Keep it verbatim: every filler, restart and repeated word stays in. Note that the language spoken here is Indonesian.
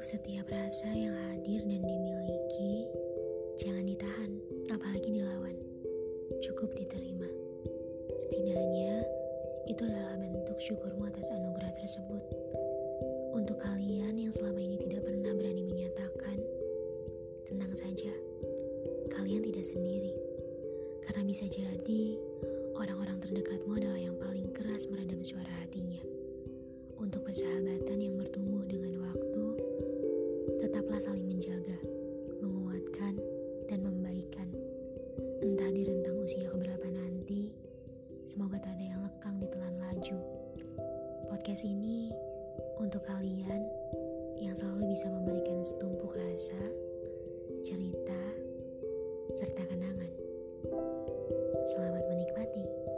Untuk setiap rasa yang hadir dan dimiliki, jangan ditahan, apalagi dilawan. Cukup diterima. Setidaknya, itu adalah bentuk syukurmu atas anugerah tersebut. Untuk kalian yang selama ini tidak pernah berani menyatakan, tenang saja, kalian tidak sendiri. Karena bisa jadi, orang-orang terdekatmu adalah yang paling keras meredam suara hatinya. Untuk persahabatan yang bertumbuh dengan waktu, tetaplah saling menjaga, menguatkan, dan membaikkan. Entah di rentang usia keberapa nanti, semoga tak ada yang lekang ditelan laju. Podcast ini untuk kalian yang selalu bisa memberikan setumpuk rasa, cerita, serta kenangan. Selamat menikmati.